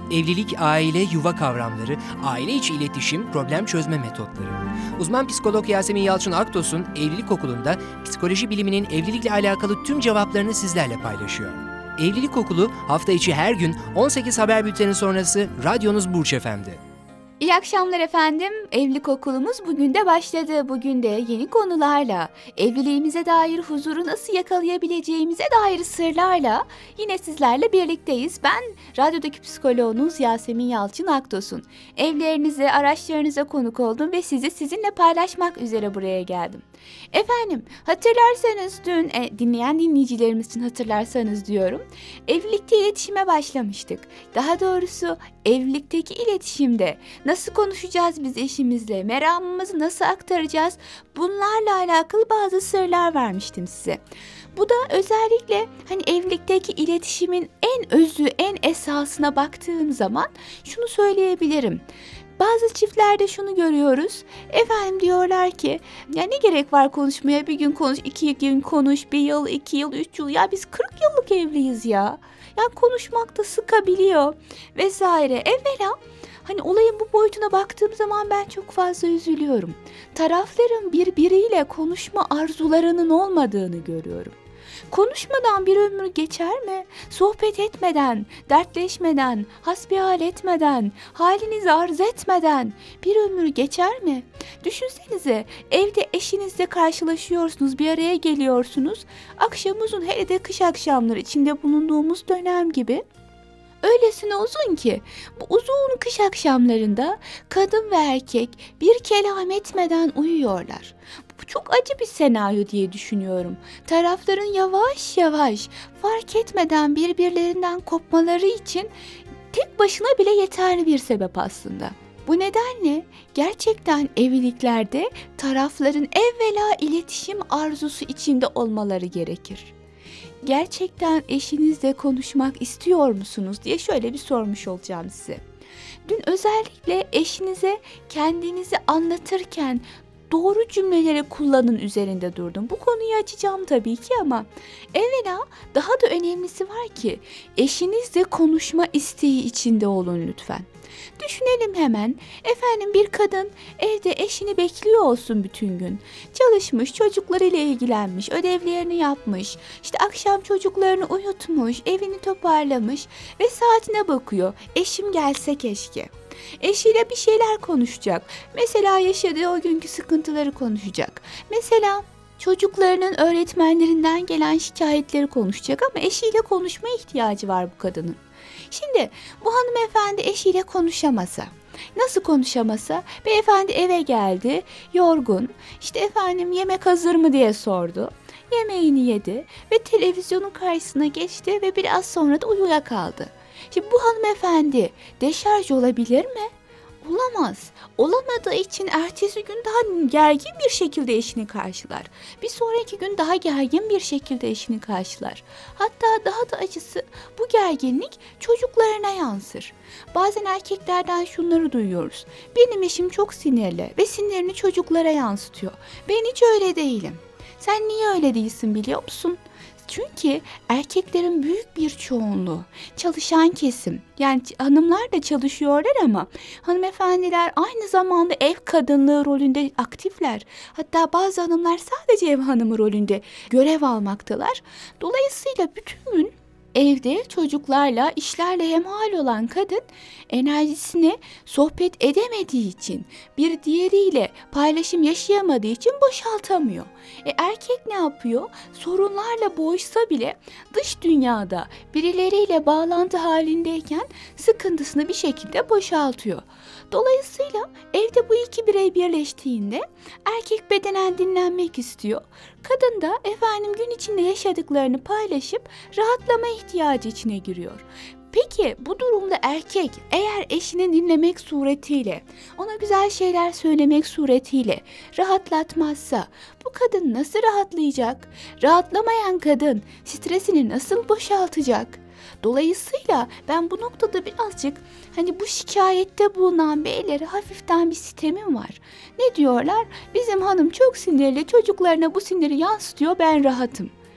Evlilik, aile, yuva kavramları, aile içi iletişim, problem çözme metotları. Uzman psikolog Yasemin Yalçın Aktos'un Evlilik Okulu'nda psikoloji biliminin evlilikle alakalı tüm cevaplarını sizlerle paylaşıyor. Evlilik Okulu hafta içi her gün 18 haber bülteni sonrası radyonuz Burç FM'de. İyi akşamlar efendim. Evlilik okulumuz bugün de başladı. Bugün de yeni konularla, evliliğimize dair huzuru nasıl yakalayabileceğimize dair sırlarla yine sizlerle birlikteyiz. Ben radyodaki psikoloğunuz Yasemin Yalçın Aktos'un. Evlerinize, araçlarınıza konuk oldum ve sizinle paylaşmak üzere buraya geldim. Efendim, hatırlarsanız dün dinleyen dinleyicilerimiz için hatırlarsanız diyorum, evlilikte iletişime başlamıştık. Daha doğrusu evlilikteki iletişimde nasıl konuşacağız biz eşimizle, meramımızı nasıl aktaracağız, bunlarla alakalı bazı sırlar vermiştim size. Bu da özellikle hani evlilikteki iletişimin en özü, en esasına baktığım zaman şunu söyleyebilirim. Bazı çiftlerde şunu görüyoruz. Efendim diyorlar ki ya ne gerek var konuşmaya, bir gün konuş, 2 gün konuş, 1 yıl, 2 yıl, 3 yıl, ya biz 40 yıllık evliyiz ya. Ya konuşmak da sıkabiliyor vesaire. Evvela hani olayın bu boyutuna baktığım zaman ben çok fazla üzülüyorum. Tarafların birbiriyle konuşma arzularının olmadığını görüyorum. Konuşmadan bir ömür geçer mi? Sohbet etmeden, dertleşmeden, hasbihal etmeden, halinizi arz etmeden bir ömür geçer mi? Düşünsenize, evde eşinizle karşılaşıyorsunuz, bir araya geliyorsunuz. Akşam uzun, hele de kış akşamları içinde bulunduğumuz dönem gibi. Öylesine uzun ki bu uzun kış akşamlarında kadın ve erkek bir kelam etmeden uyuyorlar. Bu çok acı bir senaryo diye düşünüyorum. Tarafların yavaş yavaş fark etmeden birbirlerinden kopmaları için tek başına bile yeterli bir sebep aslında. Bu nedenle gerçekten evliliklerde tarafların evvela iletişim arzusu içinde olmaları gerekir. Gerçekten eşinizle konuşmak istiyor musunuz diye şöyle bir sormuş olacağım size. Dün özellikle eşinize kendinizi anlatırken doğru cümleleri kullanın üzerinde durdum. Bu konuyu açacağım tabii ki ama evvela daha da önemlisi var ki eşinizle konuşma isteği içinde olun lütfen. Düşünelim hemen. Efendim bir kadın evde eşini bekliyor olsun bütün gün. Çalışmış, çocuklarıyla ilgilenmiş, ödevlerini yapmış, işte akşam çocuklarını uyutmuş, evini toparlamış ve saatine bakıyor. Eşim gelse keşke. Eşiyle bir şeyler konuşacak. Mesela yaşadığı o günkü sıkıntıları konuşacak. Mesela çocuklarının öğretmenlerinden gelen şikayetleri konuşacak ama eşiyle konuşma ihtiyacı var bu kadının. Şimdi bu hanımefendi eşiyle konuşamasa, nasıl konuşamasa? Beyefendi eve geldi, yorgun, işte efendim yemek hazır mı diye sordu. Yemeğini yedi ve televizyonun karşısına geçti ve biraz sonra da uyuyakaldı. Şimdi bu hanımefendi deşarj olabilir mi? Olamaz. Olamadığı için ertesi gün daha gergin bir şekilde eşini karşılar. Bir sonraki gün daha gergin bir şekilde eşini karşılar. Hatta daha da acısı, bu gerginlik çocuklarına yansır. Bazen erkeklerden şunları duyuyoruz. Benim eşim çok sinirli ve sinirini çocuklara yansıtıyor. Ben hiç öyle değilim. Sen niye öyle değilsin biliyor musun? Çünkü erkeklerin büyük bir çoğunluğu çalışan kesim, yani hanımlar da çalışıyorlar ama hanımefendiler aynı zamanda ev kadınlığı rolünde aktifler. Hatta bazı hanımlar sadece ev hanımı rolünde görev almaktalar. Dolayısıyla bütün gün evde çocuklarla, işlerle hemhal olan kadın enerjisini sohbet edemediği için, bir diğeriyle paylaşım yaşayamadığı için boşaltamıyor. Erkek ne yapıyor? Sorunlarla boğuşsa bile dış dünyada birileriyle bağlantı halindeyken sıkıntısını bir şekilde boşaltıyor. Dolayısıyla evde bu iki birey birleştiğinde erkek bedenen dinlenmek istiyor. Kadın da efendim gün içinde yaşadıklarını paylaşıp rahatlama ihtiyacı içine giriyor. Peki bu durumda erkek eğer eşini dinlemek suretiyle, ona güzel şeyler söylemek suretiyle rahatlatmazsa bu kadın nasıl rahatlayacak? Rahatlamayan kadın stresini nasıl boşaltacak? Dolayısıyla ben bu noktada birazcık hani bu şikayette bulunan beylere hafiften bir sitemim var. Ne diyorlar? Bizim hanım çok sinirli, çocuklarına bu siniri yansıtıyor, ben rahatım.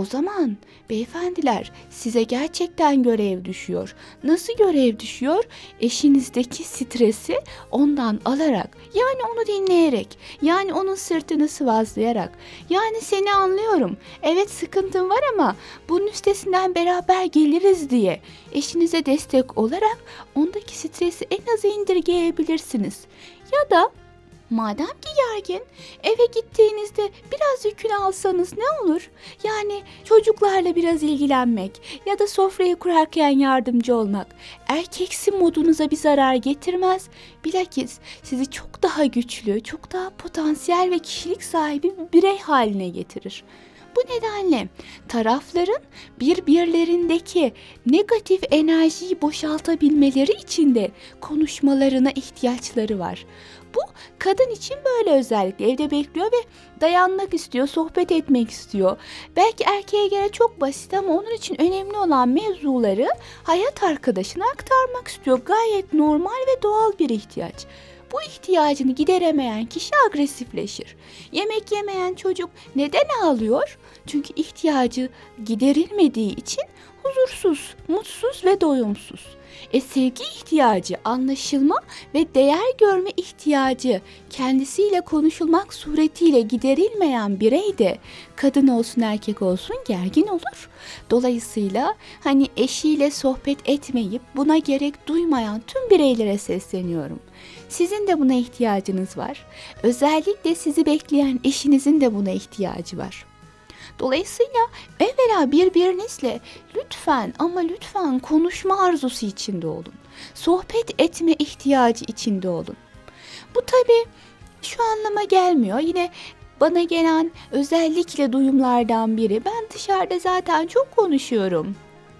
O zaman beyefendiler size gerçekten görev düşüyor. Nasıl görev düşüyor? Eşinizdeki stresi ondan alarak, yani onu dinleyerek, yani onun sırtını sıvazlayarak, yani seni anlıyorum, evet sıkıntın var ama bunun üstesinden beraber geliriz diye eşinize destek olarak ondaki stresi en aza indirgeyebilirsiniz. Ya da madem ki gergin, eve gittiğinizde biraz yükünü alsanız ne olur? Yani çocuklarla biraz ilgilenmek ya da sofrayı kurarken yardımcı olmak erkeksi modunuza bir zarar getirmez. Bilakis sizi çok daha güçlü, çok daha potansiyel ve kişilik sahibi bir birey haline getirir. Bu nedenle tarafların birbirlerindeki negatif enerjiyi boşaltabilmeleri için de konuşmalarına ihtiyaçları var. Bu kadın için böyle, özellikle evde bekliyor ve dayanmak istiyor, sohbet etmek istiyor. Belki erkeğe göre çok basit ama onun için önemli olan mevzuları hayat arkadaşına aktarmak istiyor. Gayet normal ve doğal bir ihtiyaç. Bu ihtiyacını gideremeyen kişi agresifleşir. Yemek yemeyen çocuk neden ağlıyor? Çünkü ihtiyacı giderilmediği için huzursuz, mutsuz ve doyumsuz. Sevgi ihtiyacı, anlaşılma ve değer görme ihtiyacı kendisiyle konuşulmak suretiyle giderilmeyen birey de, kadın olsun erkek olsun, gergin olur. Dolayısıyla eşiyle sohbet etmeyip buna gerek duymayan tüm bireylere sesleniyorum. Sizin de buna ihtiyacınız var. Özellikle sizi bekleyen eşinizin de buna ihtiyacı var. Dolayısıyla evvela birbirinizle lütfen ama lütfen konuşma arzusu içinde olun. Sohbet etme ihtiyacı içinde olun. Bu tabii şu anlama gelmiyor. Yine bana gelen özellikle duyumlardan biri: ben dışarıda zaten çok konuşuyorum.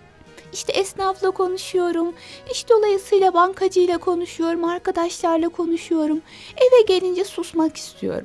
İşte esnafla konuşuyorum, iş dolayısıyla bankacıyla konuşuyorum, arkadaşlarla konuşuyorum. Eve gelince susmak istiyorum.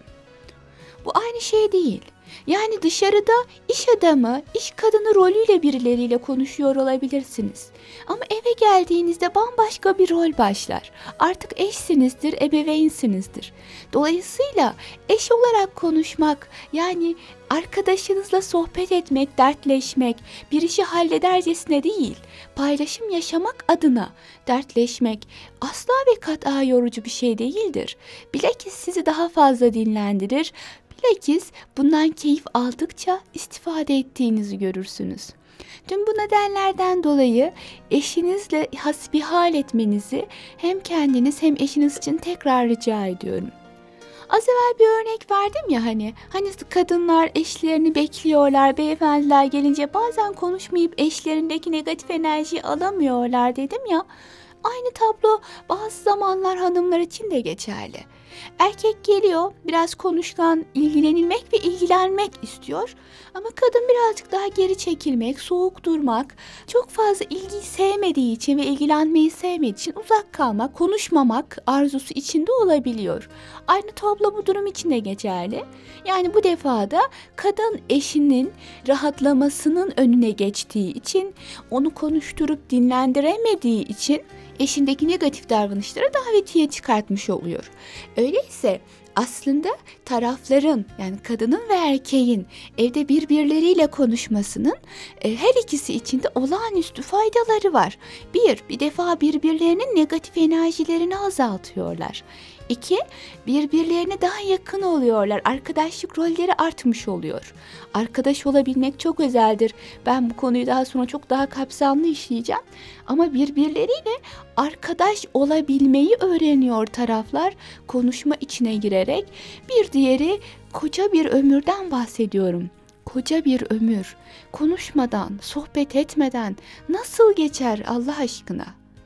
Bu aynı şey değil. Yani dışarıda iş adamı, iş kadını rolüyle birileriyle konuşuyor olabilirsiniz. Ama eve geldiğinizde bambaşka bir rol başlar. Artık eşsinizdir, ebeveynsinizdir. Dolayısıyla eş olarak konuşmak, yani arkadaşınızla sohbet etmek, dertleşmek, bir işi halledercesine değil, paylaşım yaşamak adına dertleşmek asla ve kat'a yorucu bir şey değildir. Bilakis sizi daha fazla dinlendirir. Bilakis bundan keyif aldıkça istifade ettiğinizi görürsünüz. Tüm bu nedenlerden dolayı eşinizle hasbihal etmenizi hem kendiniz hem eşiniz için tekrar rica ediyorum. Az evvel bir örnek verdim ya hani kadınlar eşlerini bekliyorlar, beyefendiler gelince bazen konuşmayıp eşlerindeki negatif enerjiyi alamıyorlar dedim ya. Aynı tablo bazı zamanlar hanımlar için de geçerli. Erkek geliyor, biraz konuşkan, ilgilenilmek ve ilgilenmek istiyor. Ama kadın birazcık daha geri çekilmek, soğuk durmak, çok fazla ilgiyi sevmediği için ve ilgilenmeyi sevmediği için uzak kalmak, konuşmamak arzusu içinde olabiliyor. Aynı tablo bu durum için de geçerli. Yani bu defada kadın eşinin rahatlamasının önüne geçtiği için, onu konuşturup dinlendiremediği için eşindeki negatif davranışları davetiye çıkartmış oluyor. Öyleyse aslında tarafların, yani kadının ve erkeğin evde birbirleriyle konuşmasının her ikisi için de olağanüstü faydaları var. Bir defa birbirlerinin negatif enerjilerini azaltıyorlar. 2, birbirlerine daha yakın oluyorlar. Arkadaşlık rolleri artmış oluyor. Arkadaş olabilmek çok özeldir. Ben bu konuyu daha sonra çok daha kapsamlı işleyeceğim. Ama birbirleriyle arkadaş olabilmeyi öğreniyor taraflar konuşma içine girerek. Bir diğeri, koca bir ömürden bahsediyorum. Koca bir ömür konuşmadan, sohbet etmeden nasıl geçer Allah aşkına?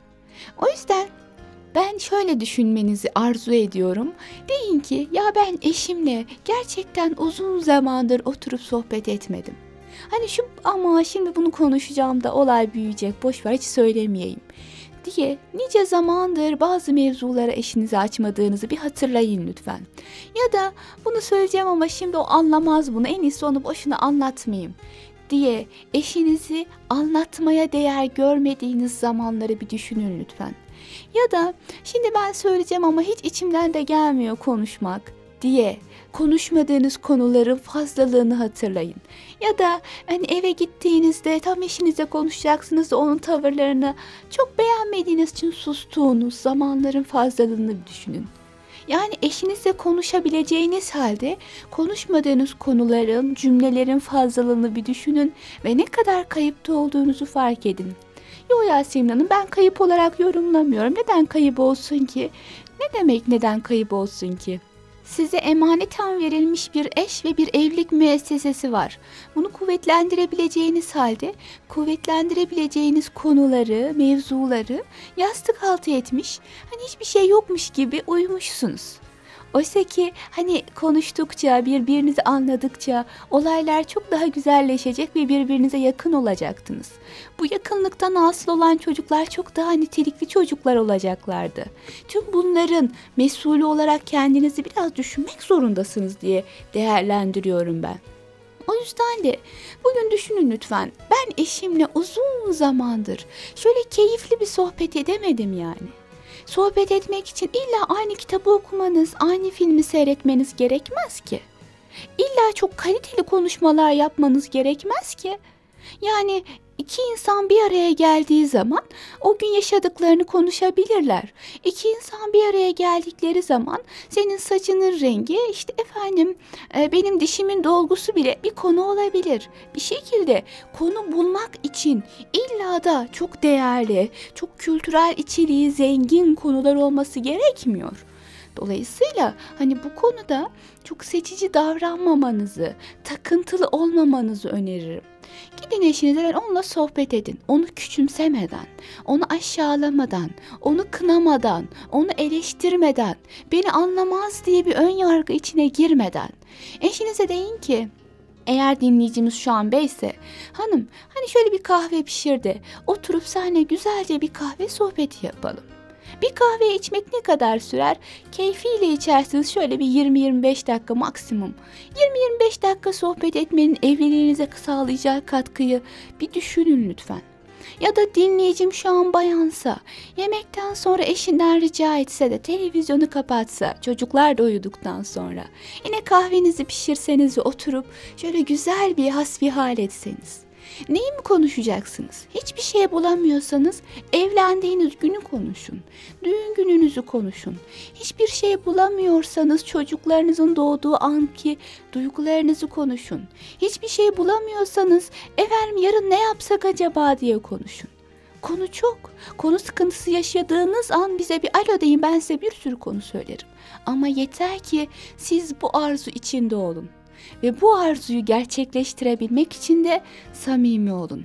O yüzden ben şöyle düşünmenizi arzu ediyorum. Deyin ki, ya ben eşimle gerçekten uzun zamandır oturup sohbet etmedim. Ama şimdi bunu konuşacağım da olay büyüyecek, boş ver hiç söylemeyeyim diye nice zamandır bazı mevzulara eşinizi açmadığınızı bir hatırlayın lütfen. Ya da bunu söyleyeceğim ama şimdi o anlamaz bunu, en iyisi onu boşuna anlatmayayım diye eşinizi anlatmaya değer görmediğiniz zamanları bir düşünün lütfen. Ya da şimdi ben söyleyeceğim ama hiç içimden de gelmiyor konuşmak diye konuşmadığınız konuların fazlalığını hatırlayın. Ya da hani eve gittiğinizde tam eşinizle konuşacaksınız da onun tavırlarını çok beğenmediğiniz için sustuğunuz zamanların fazlalığını düşünün. Yani eşinizle konuşabileceğiniz halde konuşmadığınız konuların, cümlelerin fazlalığını bir düşünün ve ne kadar kayıpta olduğunuzu fark edin. Yo Yasemin Hanım, ben kayıp olarak yorumlamıyorum. Neden kayıp olsun ki? Ne demek neden kayıp olsun ki? Size emaneten verilmiş bir eş ve bir evlilik müessesesi var. Bunu kuvvetlendirebileceğiniz halde kuvvetlendirebileceğiniz konuları, mevzuları yastık altı etmiş, hani hiçbir şey yokmuş gibi uyumuşsunuz. Oysa ki hani konuştukça, birbirinizi anladıkça olaylar çok daha güzelleşecek ve birbirinize yakın olacaktınız. Bu yakınlıktan hasıl olan çocuklar çok daha nitelikli çocuklar olacaklardı. Tüm bunların mesulü olarak kendinizi biraz düşünmek zorundasınız diye değerlendiriyorum ben. O yüzden de bugün düşünün lütfen. Ben eşimle uzun zamandır şöyle keyifli bir sohbet edemedim yani. Sohbet etmek için illa aynı kitabı okumanız, aynı filmi seyretmeniz gerekmez ki. İlla çok kaliteli konuşmalar yapmanız gerekmez ki. Yani iki insan bir araya geldiği zaman o gün yaşadıklarını konuşabilirler. İki insan bir araya geldikleri zaman senin saçının rengi, işte efendim benim dişimin dolgusu bile bir konu olabilir. Bir şekilde konu bulmak için illa da çok değerli, çok kültürel içeriği zengin konular olması gerekmiyor. Dolayısıyla hani bu konuda çok seçici davranmamanızı, takıntılı olmamanızı öneririm. Gidin eşinize, onunla sohbet edin. Onu küçümsemeden, onu aşağılamadan, onu kınamadan, onu eleştirmeden, beni anlamaz diye bir ön yargı içine girmeden. Eşinize deyin ki, eğer dinleyicimiz şu an beyse, hanım hani şöyle bir kahve pişir de oturup seninle güzelce bir kahve sohbeti yapalım. Bir kahve içmek ne kadar sürer? Keyfiyle içersiniz şöyle bir 20-25 dakika maksimum. 20-25 dakika sohbet etmenin evliliğinize sağlayacağı katkıyı bir düşünün lütfen. Ya da dinleyicim şu an bayansa, yemekten sonra eşinden rica etse de televizyonu kapatsa, çocuklar da uyuduktan sonra, yine kahvenizi pişirseniz ve oturup şöyle güzel bir hasbihal etseniz. Neyi mi konuşacaksınız? Hiçbir şey bulamıyorsanız evlendiğiniz günü konuşun. Düğün gününüzü konuşun. Hiçbir şey bulamıyorsanız çocuklarınızın doğduğu anki duygularınızı konuşun. Hiçbir şey bulamıyorsanız efendim yarın ne yapsak acaba diye konuşun. Konu çok. Konu sıkıntısı yaşadığınız an bize bir alo deyin, ben size bir sürü konu söylerim. Ama yeter ki siz bu arzu içinde olun. Ve bu arzuyu gerçekleştirebilmek için de samimi olun.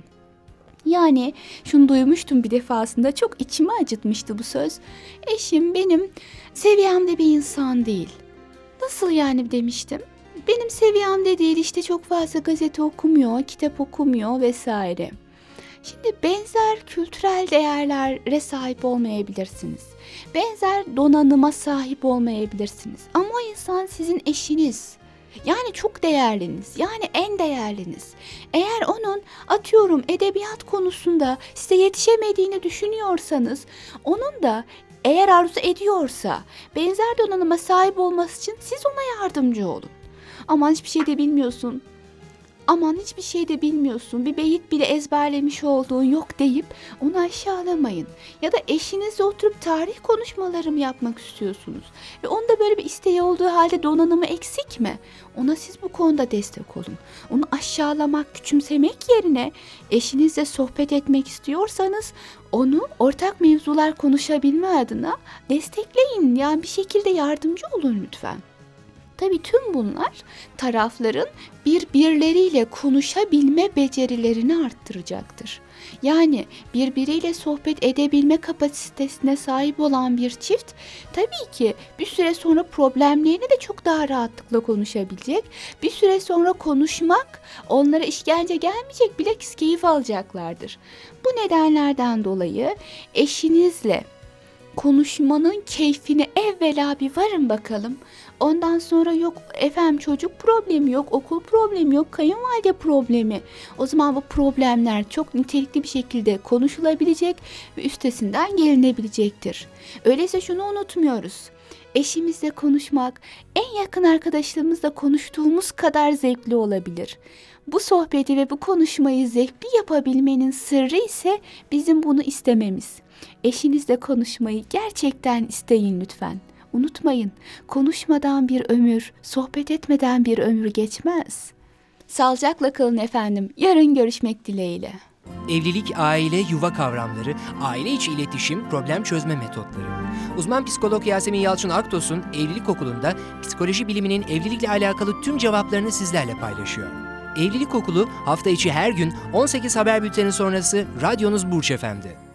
Yani şunu duymuştum bir defasında, çok içimi acıtmıştı bu söz. Eşim benim seviyemde bir insan değil. Nasıl yani demiştim. Benim seviyemde değil, işte çok fazla gazete okumuyor, kitap okumuyor vesaire. Şimdi benzer kültürel değerlere sahip olmayabilirsiniz. Benzer donanıma sahip olmayabilirsiniz. Ama o insan sizin eşiniz. Yani çok değerliniz, yani en değerliniz. Eğer onun atıyorum edebiyat konusunda size yetişemediğini düşünüyorsanız, onun da eğer arzu ediyorsa benzer donanıma sahip olması için siz ona yardımcı olun. Aman hiçbir şey de bilmiyorsun. Aman hiçbir şey de bilmiyorsun, bir beyit bile ezberlemiş olduğun yok deyip onu aşağılamayın. Ya da eşinizle oturup tarih konuşmaları mı yapmak istiyorsunuz? Ve onda böyle bir isteği olduğu halde donanımı eksik mi? Ona siz bu konuda destek olun. Onu aşağılamak, küçümsemek yerine eşinizle sohbet etmek istiyorsanız onu ortak mevzular konuşabilme adına destekleyin. Yani bir şekilde yardımcı olun lütfen. Tabii tüm bunlar tarafların birbirleriyle konuşabilme becerilerini arttıracaktır. Yani birbiriyle sohbet edebilme kapasitesine sahip olan bir çift tabii ki bir süre sonra problemlerini de çok daha rahatlıkla konuşabilecek. Bir süre sonra konuşmak onlara işkence gelmeyecek, bilakis keyif alacaklardır. Bu nedenlerden dolayı eşinizle konuşmanın keyfine evvela bir varın bakalım. Ondan sonra yok efendim çocuk problemi, yok okul problemi, yok kayınvalide problemi. O zaman bu problemler çok nitelikli bir şekilde konuşulabilecek ve üstesinden gelinebilecektir. Öyleyse şunu unutmuyoruz. Eşimizle konuşmak, en yakın arkadaşlarımızla konuştuğumuz kadar zevkli olabilir. Bu sohbeti ve bu konuşmayı zevkli yapabilmenin sırrı ise bizim bunu istememiz. Eşinizle konuşmayı gerçekten isteyin lütfen. Unutmayın, konuşmadan bir ömür, sohbet etmeden bir ömür geçmez. Sağlıcakla kalın efendim. Yarın görüşmek dileğiyle. Evlilik, aile, yuva kavramları, aile içi iletişim, problem çözme metotları. Uzman psikolog Yasemin Yalçın Aktos'un Evlilik Okulu'nda psikoloji biliminin evlilikle alakalı tüm cevaplarını sizlerle paylaşıyor. Evlilik Okulu hafta içi her gün 18 haber bülteni sonrası radyonuz Burç FM'de.